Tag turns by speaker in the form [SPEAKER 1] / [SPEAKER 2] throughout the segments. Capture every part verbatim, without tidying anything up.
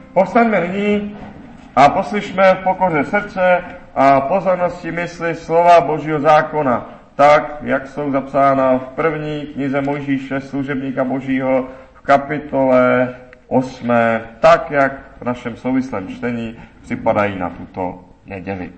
[SPEAKER 1] Povstaňme nyní a poslyšme v pokoře srdce a pozornosti mysli slova Božího zákona, tak, jak jsou zapsána v první knize Mojžíše, služebníka Božího, v kapitole osmé, tak, jak v našem souvislém čtení připadají na tuto neděli.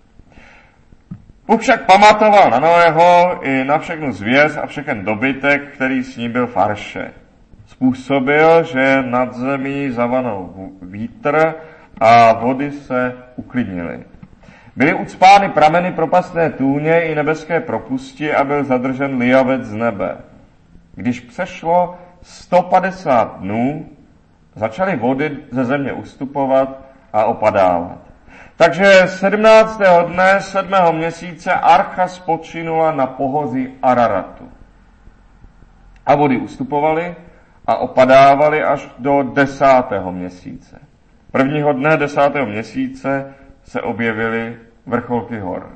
[SPEAKER 1] Bůh však pamatoval na Noého i na všechnu zvěř a všechen dobytek, který s ním byl v arše. Způsobil, že nad zemí zavanou vítr a vody se uklidnily. Byly ucpány prameny propastné tůně i nebeské propusti a byl zadržen lijavec z nebe. Když přešlo sto padesát dnů, začaly vody ze země ustupovat a opadávat. Takže sedmnáctého dne sedmého měsíce archa spočinula na pohoří Araratu. A vody ustupovaly a opadávaly až do desátého měsíce. Prvního dne desátého měsíce se objevily vrcholky hor.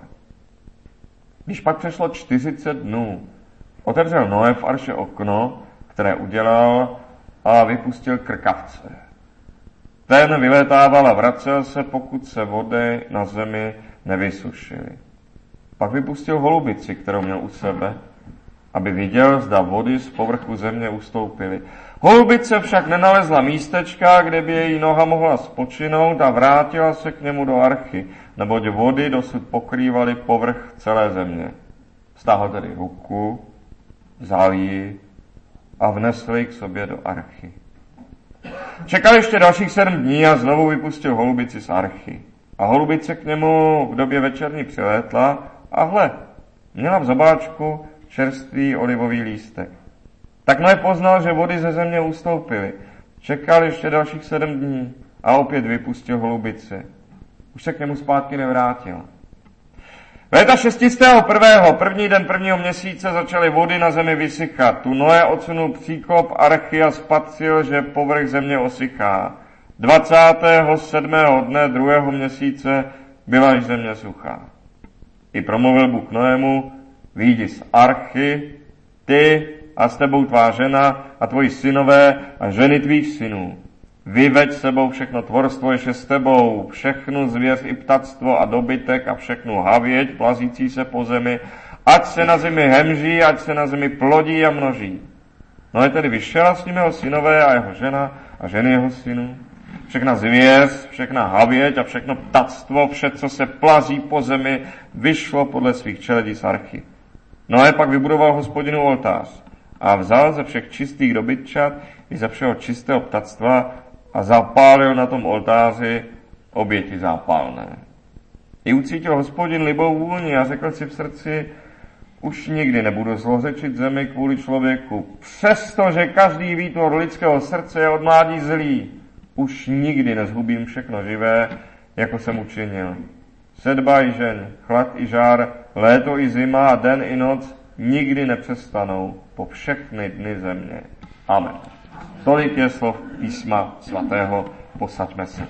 [SPEAKER 1] Když pak přešlo čtyřicet dnů, otevřel Noé v arše okno, které udělal, a vypustil krkavce. Ten vylétával a vracel se, pokud se vody na zemi nevysušily. Pak vypustil holubici, kterou měl u sebe, aby viděl, zda vody z povrchu země ustoupily. Holubice však nenalezla místečka, kde by její noha mohla spočinout, a vrátila se k němu do archy, neboť vody dosud pokrývaly povrch celé země. Stáhl tedy ruku, vzal ji a vnesl ji k sobě do archy. Čekal ještě dalších sedm dní a znovu vypustil holubici z archy. A holubice k němu v době večerní přilétla a hle, měla v zobáčku čerstvý olivový lístek. Tak Noé poznal, že vody ze země ustoupily. Čekal ještě dalších sedm dní a opět vypustil holubici. Už se k němu zpátky nevrátil. Léta šestistého prvého, první den prvního měsíce, začaly vody na zemi vysychat. Tu Noé odsunul příkop archy a spatřil, že povrch země osychá. dvacátého sedmého dne druhého měsíce byla již země suchá. I promluvil Bůh Noému: vyjdi z archy, ty a s tebou tvá žena a tvoji synové a ženy tvých synů. Vyveď sebou všechno tvorstvo, jež je s tebou, všechnu zvěř i ptactvo a dobytek a všechnu havěť plazící se po zemi, ať se na zemi hemží, ať se na zemi plodí a množí. No je tedy vyšel a s ním jeho synové a jeho žena a ženy jeho synů. Všechna zvěř, všechna havěť a všechno ptactvo, vše, co se plazí po zemi, vyšlo podle svých čeledí z archy. Noé pak vybudoval Hospodinu oltář a vzal ze všech čistých dobytčat i ze všeho čistého ptactva a zapálil na tom oltáři oběti zápalné. I ucítil Hospodin libou vůni a řekl si v srdci: už nikdy nebudu zlořečit zemi kvůli člověku, přestože každý výtvor lidského srdce je od mládí zlý. Už nikdy nezhubím všechno živé, jako jsem učinil. Sedba i žeň, chlad i žár, léto i zima a den i noc nikdy nepřestanou po všechny dny země. Amen. Tolik je slov písma svatého, posaďme se.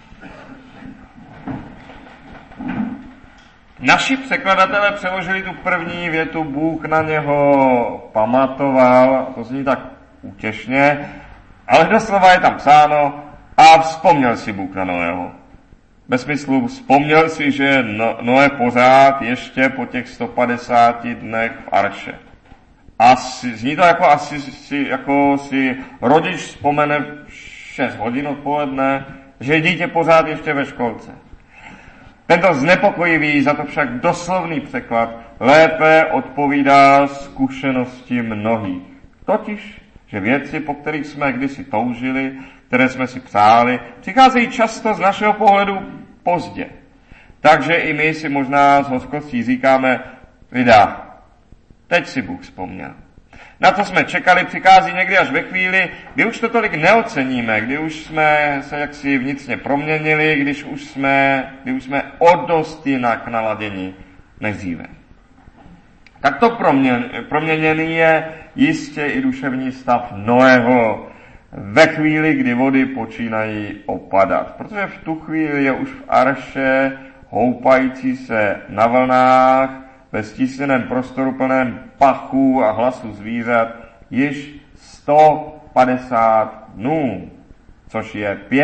[SPEAKER 1] Naši překladatelé přeložili tu první větu: Bůh na něho pamatoval, to zní tak útěšně, ale doslova je tam psáno: a vzpomněl si Bůh na Noého. Ve smyslu vzpomněl si, že no, Noé pořád ještě po těch sto padesáti dnech v arše. A si, zní to jako asi si, jako si rodič vzpomene v šest hodin odpoledne, že dítě pořád ještě ve školce. Tento znepokojivý, za to však doslovný překlad lépe odpovídá zkušenosti mnohých. Totiž, že věci, po kterých jsme kdysi toužili, které jsme si přáli, přicházejí často z našeho pohledu pozdě. Takže i my si možná s hořkostí říkáme: vydá, teď si Bůh vzpomněl. Na co jsme čekali, přichází někdy až ve chvíli, kdy už to tolik neoceníme, kdy už jsme se jaksi vnitřně proměnili, když už jsme, kdy už jsme o dost jinak naladěni než dříve. Takto proměn, proměněný je jistě i duševní stav Noého ve chvíli, kdy vody počínají opadat. Protože v tu chvíli je už v arše, houpající se na vlnách, ve stísněném prostoru plném pachů a hlasu zvířat, již sto padesát dnů, což je pět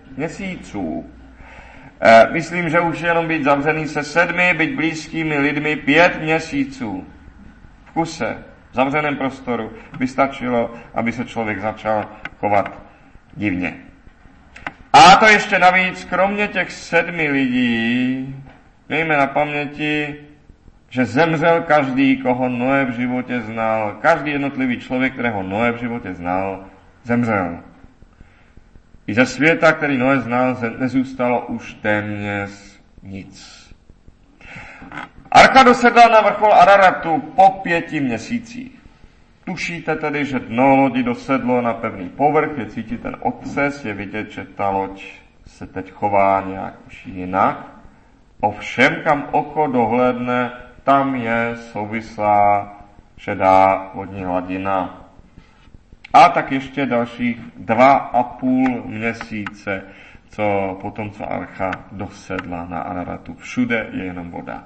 [SPEAKER 1] měsíců. E, myslím, že už jenom být zavřený se sedmi, být blízkými lidmi pět měsíců. V kuse, v zavřeném prostoru by stačilo, aby se člověk začal chovat divně. A to ještě navíc, kromě těch sedmi lidí, mějme na paměti, že zemřel každý, koho Noé v životě znal. Každý jednotlivý člověk, kterého Noé v životě znal, zemřel. I ze světa, který Noé znal, nezůstalo už téměř nic. Archa dosedla na vrchol Araratu po pěti měsících. Tušíte tedy, že dno lodi dosedlo na pevný povrch, je cítit ten otřes, je vidět, že ta loď se teď chová nějak už jinak. Ovšem, kam oko dohlédne, tam je souvislá šedá vodní hladina. A tak ještě dalších dva a půl měsíce, co potom, co Archa dosedla na Araratu. Všude je jenom voda.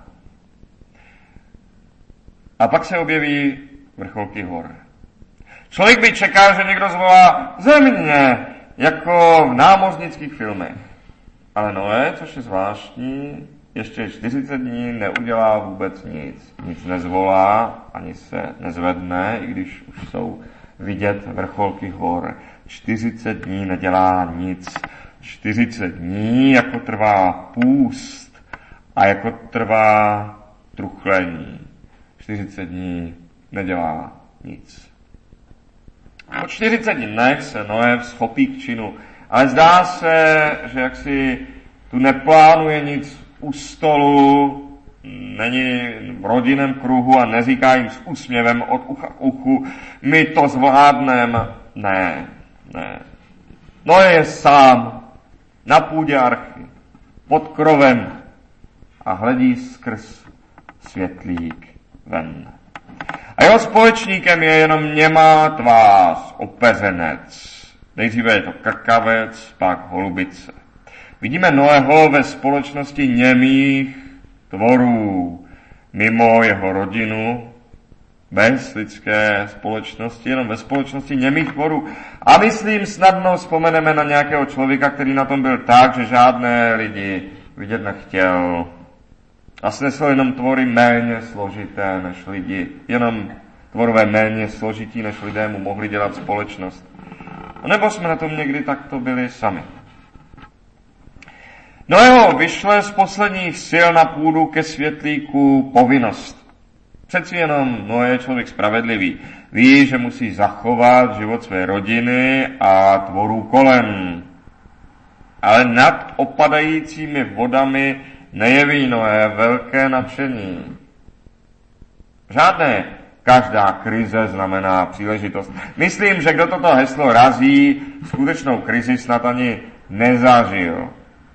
[SPEAKER 1] A pak se objeví vrcholky hor. Člověk by čekal, že někdo zvolá země, jako v námořnických filmech. Ale Noé, což je zvláštní, ještě čtyřicet dní neudělá vůbec nic. Nic nezvolá, ani se nezvedne, i když už jsou vidět vrcholky hor. čtyřicet dní nedělá nic. čtyřicet dní jako trvá půst a jako trvá truchlení. čtyřicet dní nedělá nic. Po čtyřiceti dnech se Noé schopí k činu, ale zdá se, že jaksi tu neplánuje nic u stolu, není v rodinném kruhu a neříká jim s úsměvem od ucha k uchu, my to zvládneme. Ne, ne. Noé je sám na půdě archy, pod krovem a hledí skrz světlík ven. A jeho společníkem je jenom němá tvář, opeřenec. Nejdříve je to krkavec, pak holubice. Vidíme Noého ve společnosti němých tvorů, mimo jeho rodinu, bez lidské společnosti, jenom ve společnosti němých tvorů. A myslím, snadno vzpomeneme na nějakého člověka, který na tom byl tak, že žádné lidi vidět nechtěl. A snesl jenom tvory méně složité než lidi. Jenom tvorové méně složití než lidé mu mohli dělat společnost. A nebo jsme na tom někdy takto byli sami. Noého vyšle z posledních sil na půdu ke světlíku povinnost. Přeci jenom Noé je člověk spravedlivý. Ví, že musí zachovat život své rodiny a tvorů kolem. Ale nad opadajícími vodami nejeví Noé velké nadšení. Žádné každá krize znamená příležitost. Myslím, že kdo toto heslo razí, skutečnou krizi snad ani nezažil.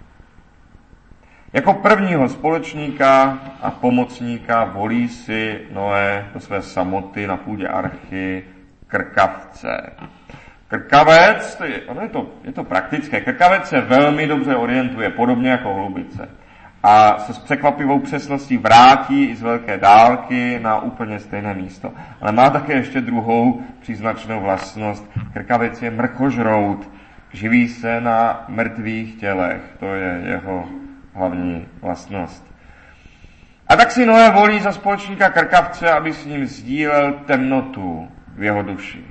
[SPEAKER 1] Jako prvního společníka a pomocníka volí si Noé do své samoty na půdě archy krkavce. Krkavec, to je, ono je, to, je to praktické, krkavec se velmi dobře orientuje, podobně jako holubice. A se s překvapivou přesností vrátí i z velké dálky na úplně stejné místo. Ale má také ještě druhou příznačnou vlastnost. Krkavec je mrchožrout, živí se na mrtvých tělech. To je jeho hlavní vlastnost. A tak si Noé volí za společníka krkavce, aby s ním sdílel temnotu v jeho duši.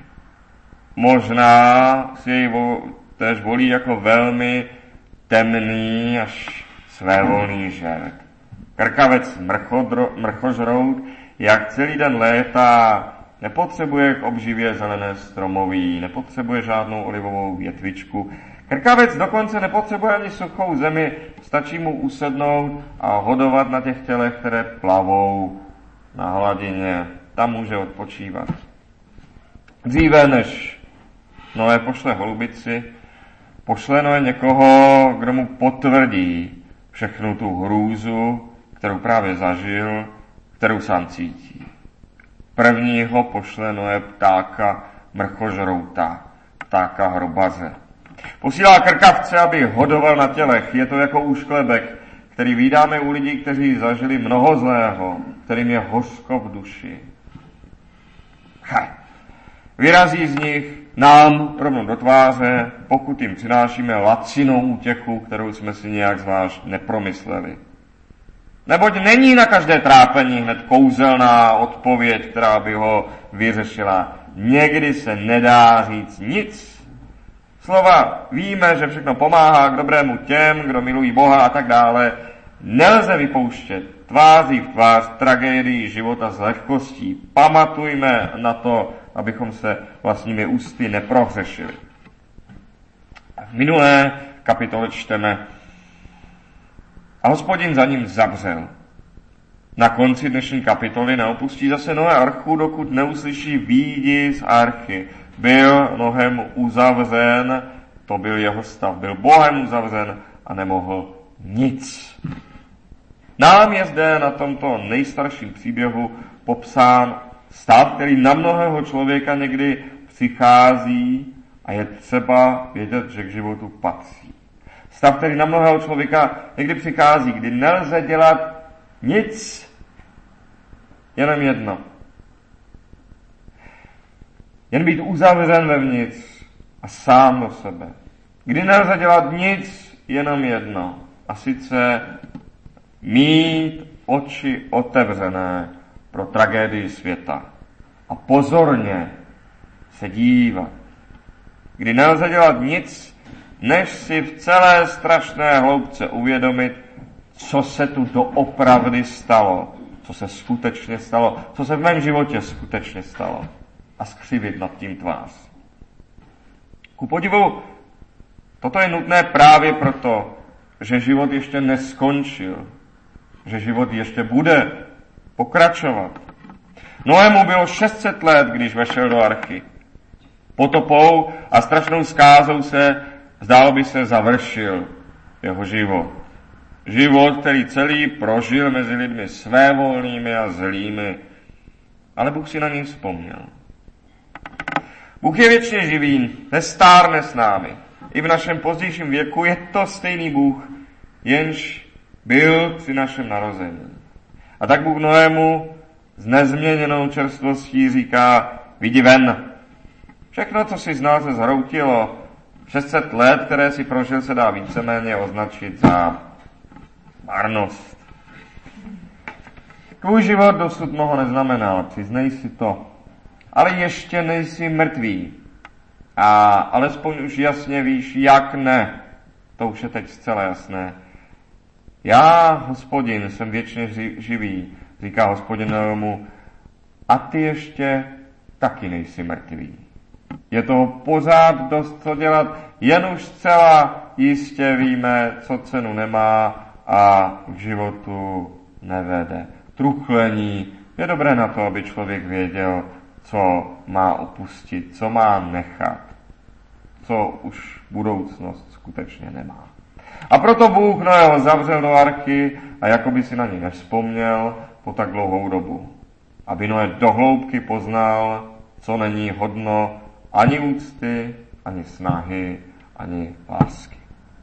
[SPEAKER 1] Možná si jej vo, též volí jako velmi temný až svévolný žert. Krkavec mrchodro, mrchožrout, jak celý den létá, nepotřebuje k obživě zelené stromoví, nepotřebuje žádnou olivovou větvičku. Krkavec dokonce nepotřebuje ani suchou zemi, stačí mu usednout a hodovat na těch tělech, které plavou na hladině. Tam může odpočívat. Dříve než Noé pošle holubici, pošle Noé někoho, kdo mu potvrdí všechnu tu hrůzu, kterou právě zažil, kterou sám cítí. Prvního pošle Noé ptáka mrchožrouta, ptáka hrobaře. Posílá krkavce, aby hodoval na tělech. Je to jako úšklebek, který vídáme u lidí, kteří zažili mnoho zlého, kterým je hořko v duši. Ha. Vyrazí z nich nám rovnou do tváře, pokud jim přinášíme lacinou útěchu, kterou jsme si nějak zvlášť nepromysleli. Neboť není na každé trápení hned kouzelná odpověď, která by ho vyřešila. Někdy se nedá říct nic. Slova víme, že všechno pomáhá k dobrému těm, kdo milují Boha a tak dále. Nelze vypouštět tváří v tvář tragédii života s lehkostí. Pamatujme na to, abychom se vlastními ústy neprohřešili. V minulé kapitole čteme: a Hospodin za ním zavřel. Na konci dnešní kapitoly neopustí zase Noé archu, dokud neuslyší výjdi z archy. Byl Nohem uzavřen, to byl jeho stav, byl Bohem uzavřen a nemohl nic. Nám je zde na tomto nejstarším příběhu popsán stav, který na mnohého člověka někdy přichází a je třeba vědět, že k životu patří. Stav, který na mnohého člověka někdy přichází, kdy nelze dělat nic, jenom jedno. Jen být uzavřen vevnitř a sám do sebe. Kdy nelze dělat nic, jenom jedno. A sice mít oči otevřené pro tragédii světa a pozorně se dívat. Kdy nelze dělat nic, než si v celé strašné hloubce uvědomit, co se tu doopravdy stalo, co se skutečně stalo, co se v mém životě skutečně stalo a skřivit nad tím tvář. Ku podivu, toto je nutné právě proto, že život ještě neskončil, že život ještě bude pokračovat. Noému bylo šest set let, když vešel do archy. Potopou a strašnou zkázou se, zdálo by se, završil jeho život. Život, který celý prožil mezi lidmi svévolnými a zlými, ale Bůh si na něj vzpomněl. Bůh je věčně živý, nestárne s námi. I v našem pozdějším věku je to stejný Bůh, jenž byl při našem narození. A tak Bůh Noému s nezměněnou čerstvostí říká: vyjdi ven. Všechno, co si znal, se zhroutilo. šest set let, které si prožil, se dá víceméně označit za marnost. Tvůj život dosud mnoho neznamenal, přiznej si to. Ale ještě nejsi mrtvý. A alespoň už jasně víš, jak ne. To už je teď zcela jasné. Já, Hospodin, jsem věčně živý, říká Hospodin Noému, a ty ještě taky nejsi mrtvý. Je toho pořád dost co dělat, jen už zcela jistě víme, co cenu nemá a k životu nevede. Truchlení je dobré na to, aby člověk věděl, co má opustit, co má nechat, co už budoucnost skutečně nemá. A proto Bůh Noého zavřel do archy a jako by si na něj nevzpomněl po tak dlouhou dobu. Aby Noé dohloubky poznal, co není hodno ani úcty, ani snahy, ani lásky.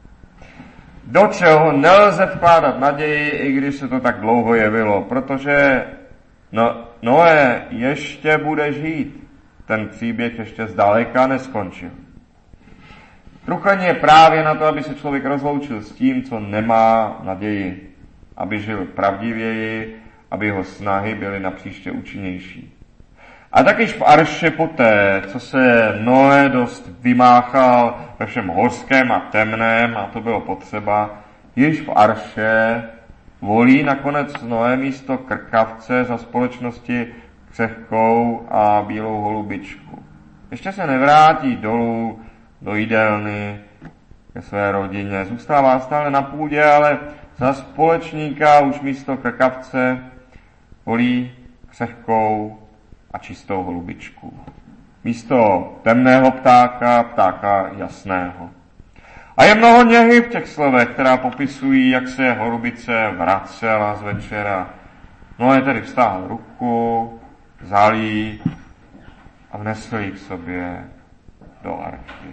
[SPEAKER 1] Do čeho nelze vkládat naději, i když se to tak dlouho jevilo, protože no, Noé ještě bude žít. Ten příběh ještě zdaleka neskončil. Truchlení je právě na to, aby se člověk rozloučil s tím, co nemá naději, aby žil pravdivěji, aby jeho snahy byly napříště účinnější. A tak již v arše poté, co se Noé dost vymáchal ve všem hořkém a temném, a to bylo potřeba, již v arše volí nakonec Noé místo krkavce za společnosti křehkou a bílou holubičku. Ještě se nevrátí dolů do jídelny ke své rodině. Zůstává stále na půdě, ale za společníka už místo krkavce volí křehkou a čistou holubičku. Místo temného ptáka, ptáka jasného. A je mnoho něhy v těch slovech, která popisují, jak se holubice vracela z večera. Noé tedy vstáhl ruku, vzal jí a vnesl ji k sobě do archy.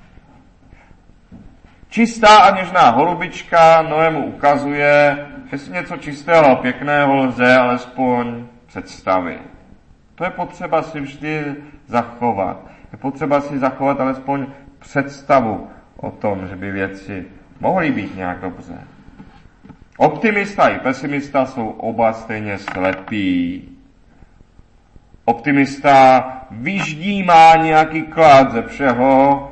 [SPEAKER 1] Čistá a něžná holubička Noému ukazuje, že si něco čistého a pěkného lze alespoň představit. To je potřeba si vždy zachovat. Je potřeba si zachovat alespoň představu o tom, že by věci mohly být nějak dobře. Optimista i pesimista jsou oba stejně slepí. Optimista vyždímá nějaký klad ze všeho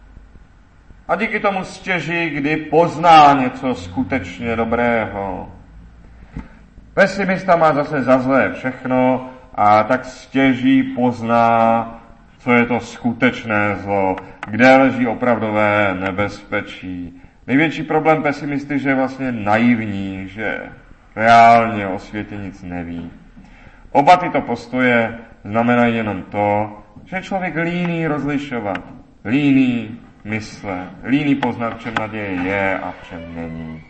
[SPEAKER 1] a díky tomu stěží, kdy pozná něco skutečně dobrého. Pesimista má zase za zlé všechno a tak stěží pozná, co je to skutečné zlo, kde leží opravdové nebezpečí. Největší problém pesimisty, že je vlastně naivní, že reálně o světě nic neví. Oba tyto postoje znamenají jenom to, že je člověk líný rozlišovat, líný myslet, líný poznat, v čem naděje je a v čem není.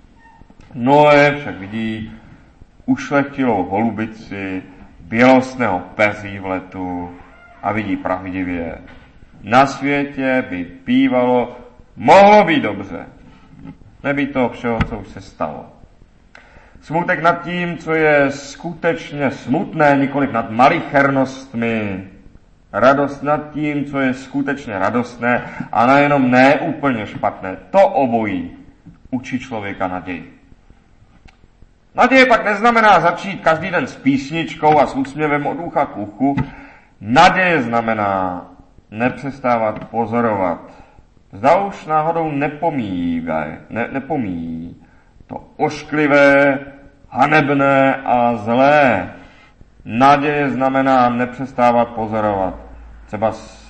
[SPEAKER 1] Noé však vidí ušlechtilou holubici, bělostného pezí v letu a vidí pravdivě. Na světě by bývalo, mohlo být dobře. Nebýt toho všeho, co už se stalo. Smutek nad tím, co je skutečně smutné, nikoliv nad malichernostmi. Radost nad tím, co je skutečně radostné a nejenom ne úplně špatné. To obojí učí člověka naději. Naděje pak neznamená začít každý den s písničkou a s úsměvem od ucha k uchu. Naděje znamená nepřestávat pozorovat. Zda už náhodou nepomíjí, ne, nepomíjí to ošklivé, hanebné a zlé. Naděje znamená nepřestávat pozorovat. Třeba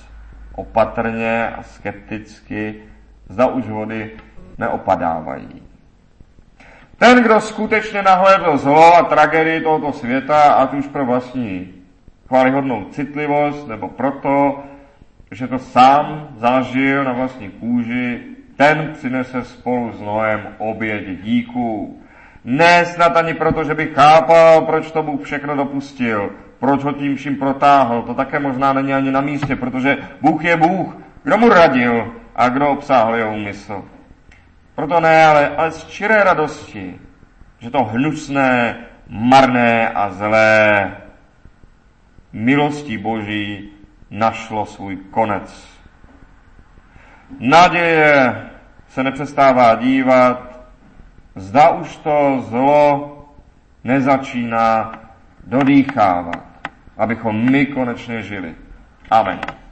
[SPEAKER 1] opatrně a skepticky, zda už vody neopadávají. Ten, kdo skutečně nahlédl zlo a tragédii tohoto světa, ať už pro vlastní chvályhodnou citlivost, nebo proto, že to sám zažil na vlastní kůži, ten přinese spolu s Noem oběť díků. Ne snad ani proto, že by chápal, proč to Bůh všechno dopustil, proč ho tím vším protáhl, to také možná není ani na místě, protože Bůh je Bůh, kdo mu radil a kdo obsáhl jeho úmysl. Proto ne, ale, ale z čiré radosti, že to hnusné, marné a zlé milostí Boží našlo svůj konec. Naděje se nepřestává dívat, zda už to zlo nezačíná dodýchávat, abychom my konečně žili. Amen.